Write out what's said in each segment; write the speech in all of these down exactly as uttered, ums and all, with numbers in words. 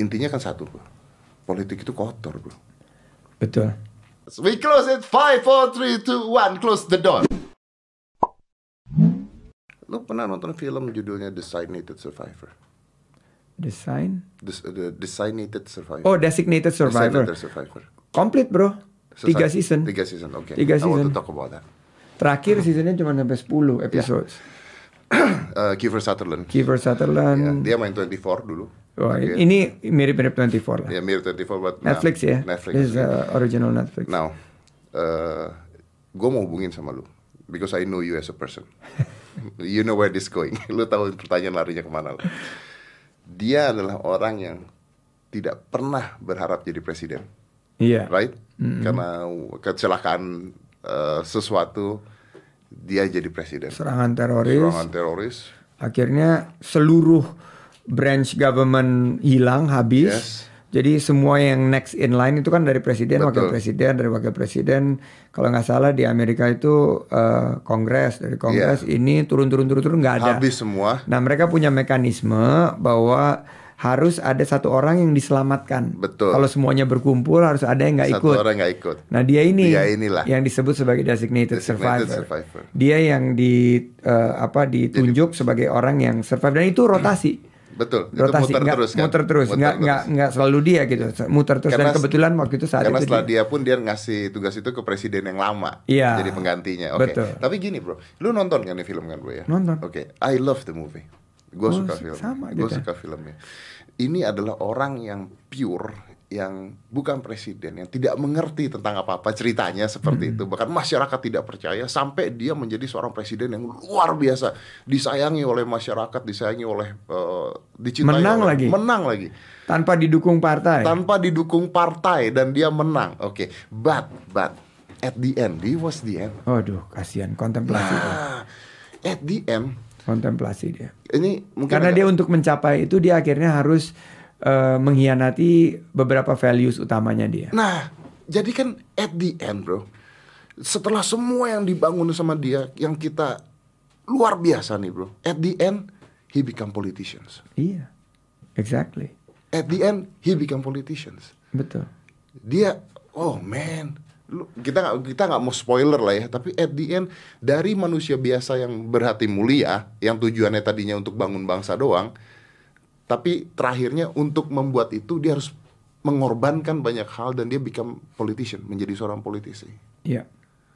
intinya kan satu, bro. Politik itu kotor, bro. Betul. We close it. Five, four, three, two, one. Close the door. Lu pernah nonton film judulnya Designated Survivor? Design? Des, the Designated Survivor. Oh, Designated Survivor. Designated Survivor. Komplit, bro. Tiga season. Tiga season, oke. Okay. Tiga I season. want to talk about that. Terakhir seasonnya cuma sampai sepuluh episodes. uh, Kiefer Sutherland. Kiefer Sutherland. Yeah, dia main twenty-four dulu. Oh, okay. Ini mirip-mirip twenty-four lah. Ya, yeah, mirip twenty-four buat Netflix now. ya. Netflix. This is uh, original Netflix. Now, uh, gue mau hubungin sama lu because I know you as a person. You know where this going. Lu tahu pertanyaan larinya kemana. Lu. Dia adalah orang yang tidak pernah berharap jadi presiden. Iya. Yeah. Right? Mm-hmm. Karena kecelakaan uh, sesuatu dia jadi presiden. Serangan teroris. Serangan teroris. Akhirnya seluruh branch government hilang, habis. Yes. Jadi semua yang next in line itu kan dari presiden, Betul. wakil presiden, dari wakil presiden. Kalau nggak salah di Amerika itu uh, kongres, dari kongres yeah. ini turun-turun-turun-turun nggak ada. Habis semua. Nah mereka punya mekanisme bahwa harus ada satu orang yang diselamatkan. Betul. Kalau semuanya berkumpul harus ada yang nggak ikut. Satu orang nggak ikut. Nah dia ini dia inilah. yang disebut sebagai designated, designated survivor. survivor. Dia yang di uh, apa ditunjuk Jadi, sebagai orang yang survive dan itu rotasi. Betul. Rotasi itu muter nggak, terus kan. Muter terus, muter nggak terus. nggak nggak selalu dia gitu, muter terus Karena, dan kebetulan waktu itu saat karena itu setelah dia. dia pun dia ngasih tugas itu ke presiden yang lama, Iya. jadi penggantinya. Oke. Okay. Tapi gini bro, lu nonton kan nih film kan bro ya? Nonton. Oke, okay. I love the movie. Gue oh, suka film. Sama Gue gitu. suka filmnya. Ini adalah orang yang pure, yang bukan presiden, yang tidak mengerti tentang apa-apa ceritanya seperti hmm. itu. Bahkan masyarakat tidak percaya sampai dia menjadi seorang presiden yang luar biasa, disayangi oleh masyarakat, disayangi oleh uh, dicintai menang oleh, lagi. menang lagi. Tanpa didukung partai. Tanpa didukung partai dan dia menang. Oke, okay. but but at the end, he was the end. Waduh, kasihan kontemplasi. Nah, at the end, kontemplasi dia. Ini mungkin karena agak, dia untuk mencapai itu dia akhirnya harus uh, mengkhianati beberapa values utamanya dia. Nah, jadi kan at the end, bro, setelah semua yang dibangun sama dia, yang kita luar biasa nih, bro. At the end, he become politicians. Iya, exactly. At the end, he become politicians. Betul. Dia, oh man, lu, kita nggak kita nggak mau spoiler lah ya, tapi at the end dari manusia biasa yang berhati mulia, yang tujuannya tadinya untuk bangun bangsa doang, tapi terakhirnya untuk membuat itu dia harus mengorbankan banyak hal dan dia become politician, menjadi seorang politisi. Iya.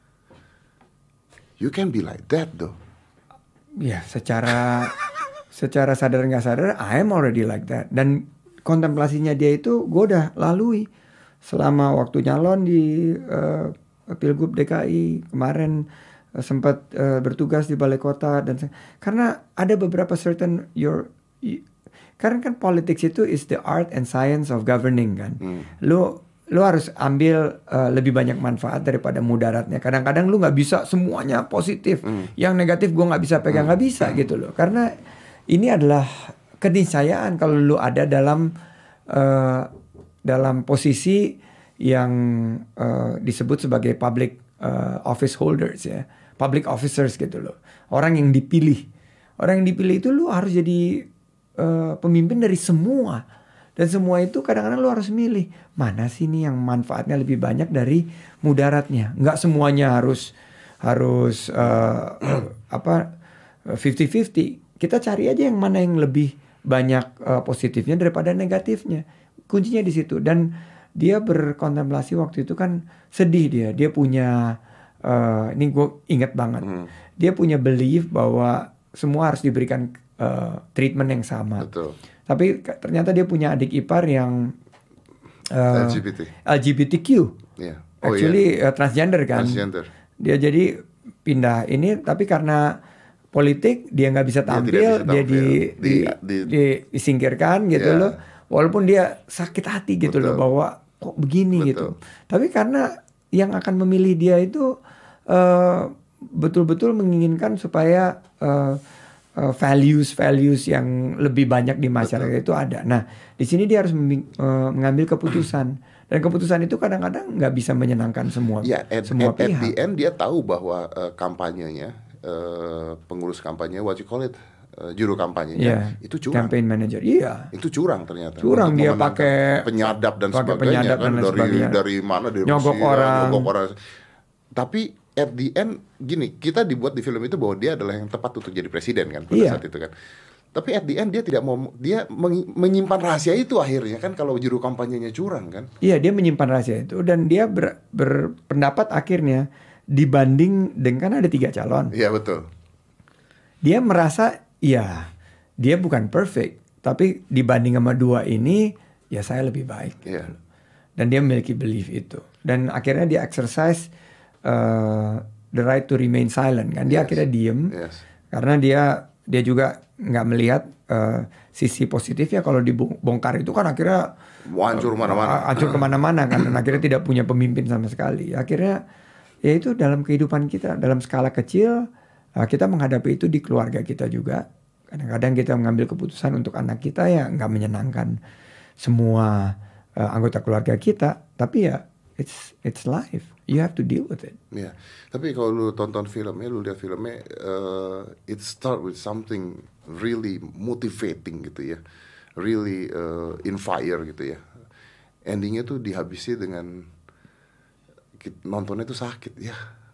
You can be like that though. Ya, secara secara sadar nggak sadar, I am already like that. Dan kontemplasinya dia itu gue udah lalui selama waktu nyalon di uh, Pilgub D K I kemarin, uh, sempat uh, bertugas di balai kota dan karena ada beberapa certain your y, karena kan politics itu is the art and science of governing kan. Hmm. Lu lu harus ambil uh, lebih banyak manfaat daripada mudaratnya. Kadang-kadang lu nggak bisa semuanya positif, hmm. yang negatif gue nggak bisa pegang, nggak hmm. bisa gitu loh. Karena ini adalah keniscayaan kalau lu ada dalam uh, dalam posisi yang uh, disebut sebagai public uh, office holders ya, public officers gitu loh. Orang yang dipilih, orang yang dipilih itu lu harus jadi uh, pemimpin dari semua. Dan semua itu kadang-kadang lu harus milih mana sih nih yang manfaatnya lebih banyak dari mudaratnya. Nggak semuanya harus harus uh, uh, apa fifty fifty. Kita cari aja yang mana yang lebih banyak uh, positifnya daripada negatifnya. Kuncinya di situ. Dan dia berkontemplasi waktu itu kan sedih dia. Dia punya uh, ini gue ingat banget. Hmm. Dia punya belief bahwa semua harus diberikan uh, treatment yang sama. Betul. Tapi ternyata dia punya adik ipar yang uh, L G B T L G B T Q. Yeah. Oh, Actually yeah. uh, transgender kan. Transgender. Dia jadi pindah ini tapi karena politik dia nggak bisa tampil, dia, dia di, di, di, di disingkirkan gitu yeah. loh. Walaupun dia sakit hati gitu Betul. Loh bahwa kok begini Betul. Gitu. Tapi karena yang akan memilih dia itu uh, betul-betul menginginkan supaya uh, uh, values-values yang lebih banyak di masyarakat Betul. Itu ada. Nah, di sini dia harus mem- uh, mengambil keputusan. Dan keputusan itu kadang-kadang nggak bisa menyenangkan semua yeah, at, semua at, pihak. At the end dia tahu bahwa uh, kampanyenya Uh, pengurus kampanye what you call it uh, juru kampanyenya yeah. itu curang. Campaign manager, iya. Itu curang ternyata. Curang, dia pakai penyadap dan pakai sebagainya penyadap kan dan dari sebagainya. dari mana dari Nyogok Rusia, orang. nyogok orang. Tapi at the end gini, kita dibuat di film itu bahwa dia adalah yang tepat untuk jadi presiden kan pada Iya. saat itu kan. Tapi at the end dia tidak mau, dia meng- menyimpan rahasia itu akhirnya kan kalau juru kampanyenya curang kan. Iya, dia menyimpan rahasia itu dan dia ber, berpendapat akhirnya dibanding dengan ada tiga calon. Iya betul. Dia merasa ya dia bukan perfect, tapi dibanding sama dua ini ya saya lebih baik. Iya. Dan dia memiliki belief itu. Dan akhirnya dia exercise uh, the right to remain silent kan. Dia Yes. akhirnya diem Yes. karena dia dia juga nggak melihat uh, sisi positifnya kalau dibongkar itu kan akhirnya Mau hancur mana-mana. uh, hancur kemana-mana kan dan akhirnya tidak punya pemimpin sama sekali. Akhirnya ya itu dalam kehidupan kita dalam skala kecil uh, kita menghadapi itu di keluarga kita juga. Kadang-kadang kita mengambil keputusan untuk anak kita ya nggak menyenangkan semua uh, anggota keluarga kita, tapi ya it's it's life. You have to deal with it. Iya. Tapi kalau lu tonton filmnya, lu lihat filmnya, uh, it start with something really motivating gitu ya, really uh, in fire gitu ya. Endingnya tuh dihabisi dengan nontonnya tuh sakit ya.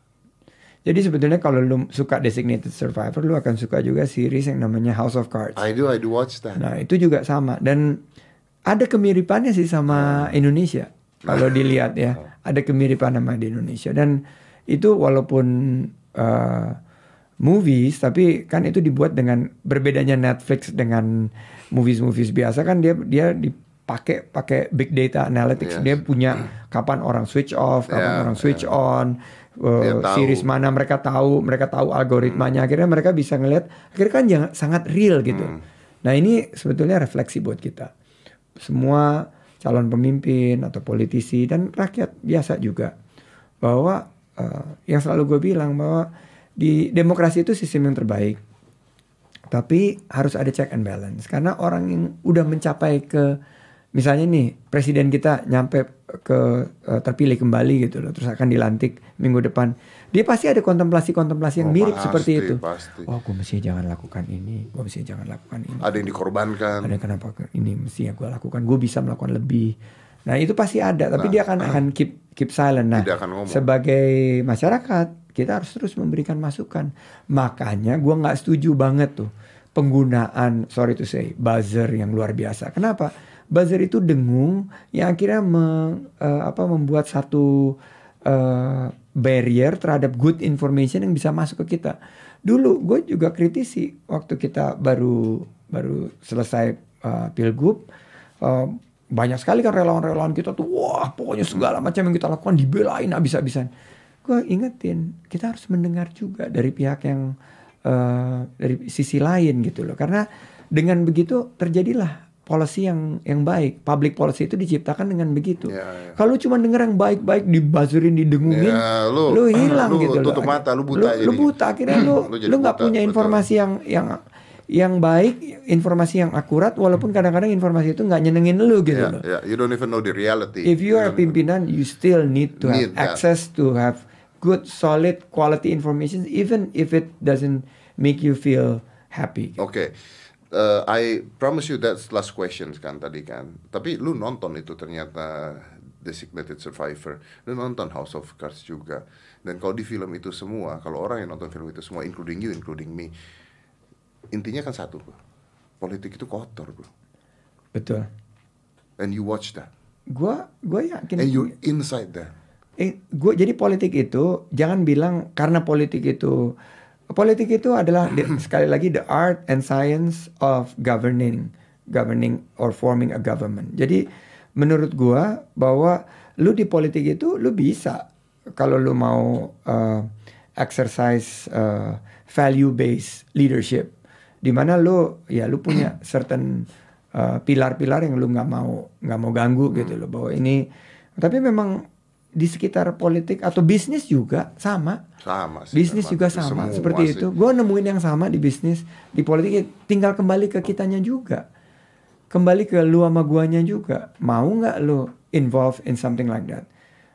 Jadi sebetulnya kalau lu suka Designated Survivor, lu akan suka juga series yang namanya House of Cards. I do, I do watch that. Nah itu juga sama dan ada kemiripannya sih sama Indonesia. Kalau dilihat ya, ada kemiripan sama di Indonesia dan itu walaupun uh, movies, tapi kan itu dibuat dengan berbedanya Netflix dengan movies-movies biasa kan dia dia dipakai pakai big data analytics. Yes. Dia punya kapan orang switch off, kapan Yeah, orang switch yeah. on, uh, series mana mereka tahu, mereka tahu algoritmanya. Hmm. Akhirnya mereka bisa ngelihat, akhirnya kan jangan, sangat real gitu. Hmm. Nah ini sebetulnya refleksi buat kita. Semua calon pemimpin atau politisi dan rakyat biasa juga bahwa uh, yang selalu gue bilang bahwa di demokrasi itu sistem yang terbaik, tapi harus ada check and balance karena orang yang udah mencapai ke misalnya nih presiden kita nyampe ke uh, terpilih kembali gitu loh, terus akan dilantik minggu depan, dia pasti ada kontemplasi-kontemplasi yang Oh, mirip pasti, seperti itu. pasti. Oh, gue mesti jangan lakukan ini, gue mesti jangan lakukan ini. Ada yang dikorbankan. Ada kenapa ini mesti ya gue lakukan, gue bisa melakukan lebih. Nah itu pasti ada, tapi Nah, dia akan akan keep keep silent. Nah, Tidak akan ngomong. sebagai masyarakat kita harus terus memberikan masukan. Makanya gue nggak setuju banget tuh penggunaan, sorry to say, buzzer yang luar biasa. Kenapa? Buzzer itu dengung yang akhirnya me, uh, apa, membuat satu uh, barrier terhadap good information yang bisa masuk ke kita. Dulu gue juga kritisi waktu kita baru baru selesai uh, pilgub, uh, banyak sekali kan relawan-relawan kita tuh, wah pokoknya segala macam yang kita lakukan dibelain habis-habisan. Gue ingetin, kita harus mendengar juga dari pihak yang uh, dari sisi lain gitu loh. Karena dengan begitu terjadilah policy yang yang baik. Public policy itu diciptakan dengan begitu. Ya, ya. Kalau cuma dengar yang baik-baik dibuzzerin, didengungin, Ya, lu, lu hilang lu gitu loh. tutup mata, lu buta Lu, lu jadinya. buta akhirnya lu Lu jadi lu nggak buta, punya betul. informasi yang yang yang baik, informasi yang akurat, walaupun kadang-kadang informasi itu nggak nyenengin lu gitu Ya, loh. ya, you don't even know the reality. If you are a pimpinan, you still need to Need have that. access to have good, solid, quality information, even if it doesn't make you feel happy. Oke, uh, I promise you that's last questions kan tadi kan. Tapi lu nonton itu ternyata Designated Survivor, lu nonton House of Cards juga. Dan kalau di film itu semua, kalau orang yang nonton film itu semua, including you, including me, intinya kan satu, bro. Politik itu kotor, bro. Betul. And you watch that. Gua gua yakin. And you're inside that. Eh, gua jadi politik itu jangan bilang karena politik itu politik itu adalah the, sekali lagi the art and science of governing, governing or forming a government. Jadi menurut gua bahwa lu di politik itu lu bisa kalau lu mau uh, exercise uh, value based leadership, di mana lu ya lu punya certain uh, pilar-pilar yang lu nggak mau nggak mau ganggu gitu loh, bahwa ini. Tapi memang di sekitar politik atau bisnis juga sama. Sama sih. Bisnis juga sama, Semua seperti sih. itu. Gue nemuin yang sama di bisnis, di politik, tinggal kembali ke kitanya juga. Kembali ke lu sama guanya juga. Mau nggak lu involve in something like that?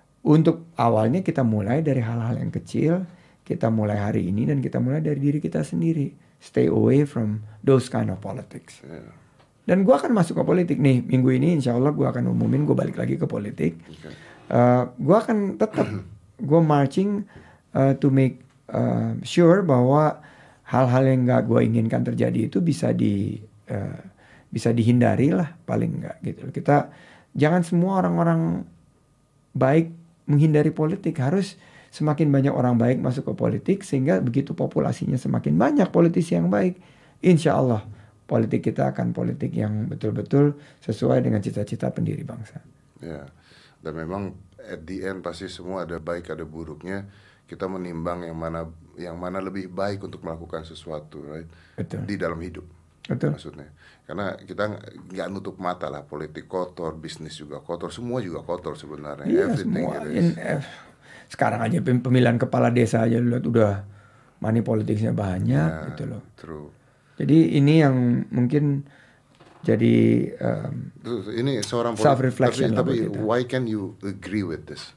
Untuk awalnya kita mulai dari hal-hal yang kecil, kita mulai hari ini dan kita mulai dari diri kita sendiri. stay away from those kind of politics. Yeah. Dan gue akan masuk ke politik nih minggu ini, insya Allah gue akan umumin gue balik lagi ke politik. Okay. Uh, gue akan tetap gue marching uh, to make uh, sure bahwa hal-hal yang nggak gue inginkan terjadi itu bisa di uh, bisa dihindari lah paling nggak gitu. Kita jangan semua orang-orang baik menghindari politik, harus semakin banyak orang baik masuk ke politik sehingga begitu populasinya semakin banyak politisi yang baik, insya Allah politik kita akan politik yang betul-betul sesuai dengan cita-cita pendiri bangsa. Ya, dan memang at the end pasti semua ada baik ada buruknya. Kita menimbang yang mana yang mana lebih baik untuk melakukan sesuatu, right? Betul. Di dalam hidup. Betul. Maksudnya, karena kita nggak nutup mata lah, politik kotor, bisnis juga kotor, semua juga kotor sebenarnya. Iya, Everything semua. it is. In, eh, sekarang aja pemilihan kepala desa aja lihat udah money politiknya banyak Yeah, gitu loh. True. Jadi ini yang mungkin jadi um, Terus, ini seorang self reflection lah tapi, buat kita. tapi why can you agree with this?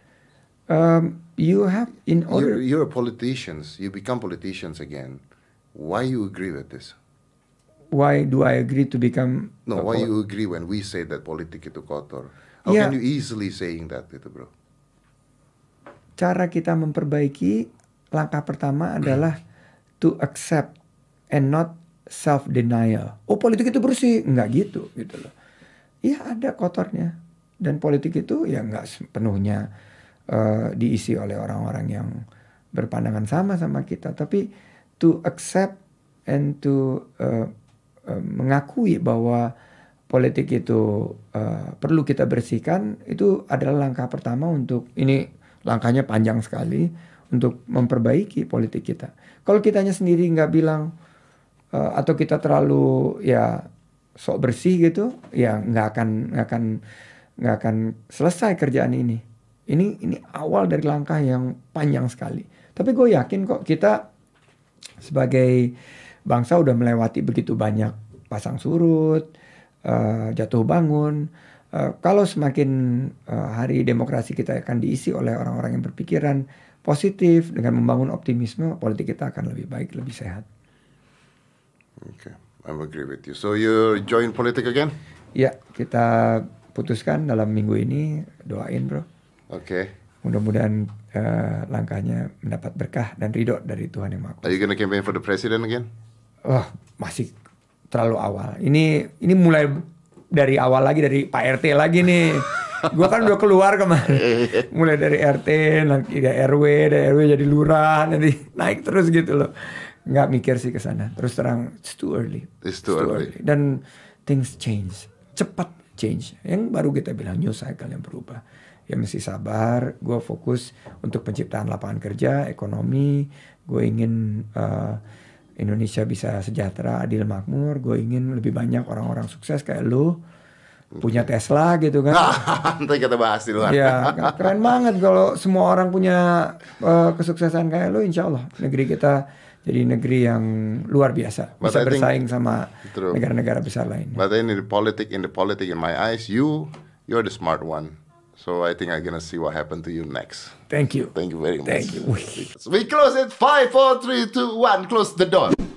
Um, you have in order. You're, you're politicians. You become politicians again. Why you agree with this? Why do I agree to become? No, a why pol- you agree when we say that politik itu kotor? How Yeah. can you easily saying that, gitu, bro? Cara kita memperbaiki langkah pertama adalah to accept and not self denial. Oh, politik itu bersih, nggak gitu, gitu loh. Iya, ada kotornya, dan politik itu ya nggak sepenuhnya uh, diisi oleh orang-orang yang berpandangan sama sama kita, tapi to accept and to uh, uh, mengakui bahwa politik itu uh, perlu kita bersihkan, itu adalah langkah pertama untuk ini. Langkahnya panjang sekali untuk memperbaiki politik kita. Kalau kitanya sendiri nggak bilang uh, atau kita terlalu ya sok bersih gitu, ya nggak akan nggak akan nggak akan selesai kerjaan ini. Ini ini awal dari langkah yang panjang sekali. Tapi gue yakin kok kita sebagai bangsa udah melewati begitu banyak pasang surut, uh, jatuh bangun. Uh, kalau semakin uh, hari demokrasi kita akan diisi oleh orang-orang yang berpikiran positif dengan membangun optimisme, politik kita akan lebih baik, lebih sehat. Okay, I agree with you. So you join politik again? Ya, kita putuskan dalam minggu ini, doain bro. Oke. Okay. Mudah-mudahan uh, langkahnya mendapat berkah dan ridho dari Tuhan Yang Maha Kuasa. Are you gonna campaign for the president again? Oh, masih terlalu awal. Ini ini mulai dari awal lagi, dari Pak R T lagi nih. Gue kan udah keluar kemarin. Mulai dari R T, nanti dari R W, dari R W jadi lurah, nanti naik terus gitu loh. Nggak mikir sih ke sana. Terus terang, it's too early. It's too, it's too early. early. Dan things change, cepat change. Yang baru kita bilang new cycle yang berubah. Ya mesti sabar. Gue fokus untuk penciptaan lapangan kerja, ekonomi. Gue ingin uh, Indonesia bisa sejahtera, adil, makmur. Gue ingin lebih banyak orang-orang sukses kayak lu punya Tesla gitu kan. Nanti kita bahas di luar. Ya, keren banget kalau semua orang punya uh, kesuksesan kayak lu. Insya Allah negeri kita jadi negeri yang luar biasa, bisa bersaing sama true. negara-negara besar lain. But in the politic, in the politic, in my eyes, you you're the smart one. So I think I'm gonna see what happened to you next. Thank you. Thank you very much. Thank you. We close it. Five, four, three, two, one. Close the door.